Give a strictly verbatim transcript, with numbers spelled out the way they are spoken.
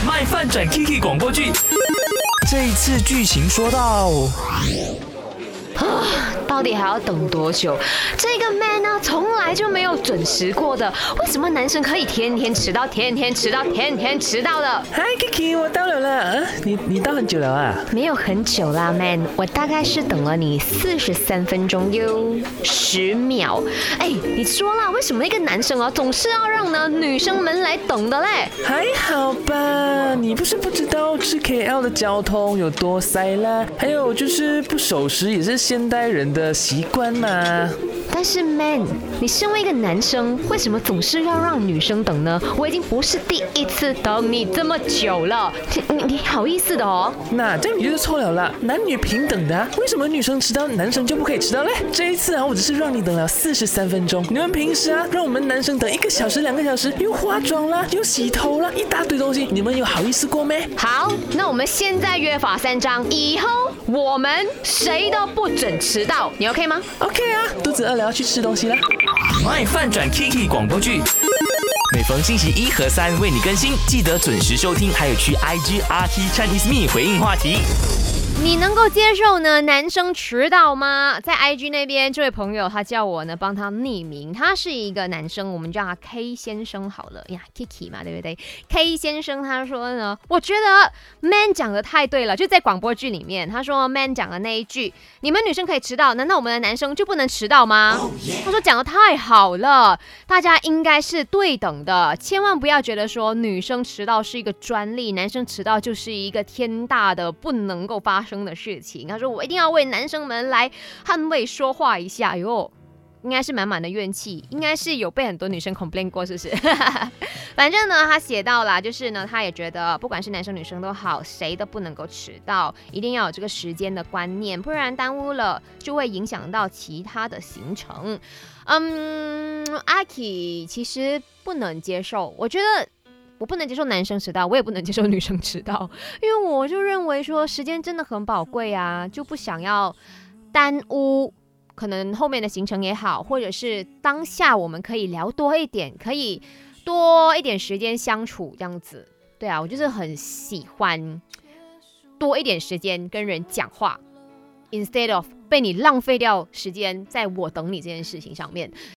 卖饭转 Kiki 广播剧，这一次剧情说到。 啊，到底还要等多久？这个 man 呢，从来就没有准时过的。为什么男生可以天天迟到，天天迟到，天天迟到的？ 嗨 Kiki， 我到了啦！啊，你你到很久了啊？ 没有很久啦 ，man， 我大概是等了你四十三分钟哟，十秒。哎，你说啦，为什么一个男生啊总是要让呢女生们来等的嘞？ 还好吧，你不是不知道吃 K L 的交通有多塞啦，还有就是不守时也是现代人的习惯嘛。 但是 man， 你身为一个男生，为什么总是要让女生等呢？我已经不是第一次等你这么久了，你你你好意思的哦？ 那这样你就是错了啦，男女平等的啊，为什么女生迟到，男生就不可以迟到嘞？这一次啊，我只是让你等了四十三分钟，你们平时啊，让我们男生等一个小时、两个小时，又化妆啦，又洗头啦，一大堆东西，你们有好意思过没？ 好，那我们现在约法三章，以后我们谁都不准迟到，你 OK 吗 ？OK 啊，肚子饿了要去吃东西了。 卖饭转 Kiki 广播剧，每逢星期一和三为你更新，记得准时收听，还有去 I G R T Chinese Me 回应话题。 你能够接受呢男生迟到吗？在 I G 那边，这位朋友他叫我呢帮他匿名，他是一个男生，我们叫他 K 先生好了呀 ，Kiki 嘛，对不对 ？K 先生他说呢，我觉得 Man 讲的太对了，就在广播剧里面，他说 Man 讲的那一句，你们女生可以迟到，难道我们的男生就不能迟到吗？ Oh, yeah. 他说讲的太好了，大家应该是对等的，千万不要觉得说女生迟到是一个专利，男生迟到就是一个天大的不能够发生的事情。他说我一定要为男生们来捍卫说话一下。哟，应该是满满的怨气，应该是有被很多女生 complain 过，是不是？反正呢，他写到啦，就是呢，他也觉得不管是男生女生都好，谁都不能够迟到，一定要有这个时间的观念，不然耽误了就会影响到其他的行程。嗯，阿 K 其实不能接受，我觉得。我不能接受男生迟到，我也不能接受女生迟到，因为我就认为说时间真的很宝贵啊，就不想要耽误可能后面的行程也好，或者是当下我们可以聊多一点，可以多一点时间相处这样子。对啊，我就是很喜欢多一点时间跟人讲话 ，instead of 被你浪费掉时间在我等你这件事情上面。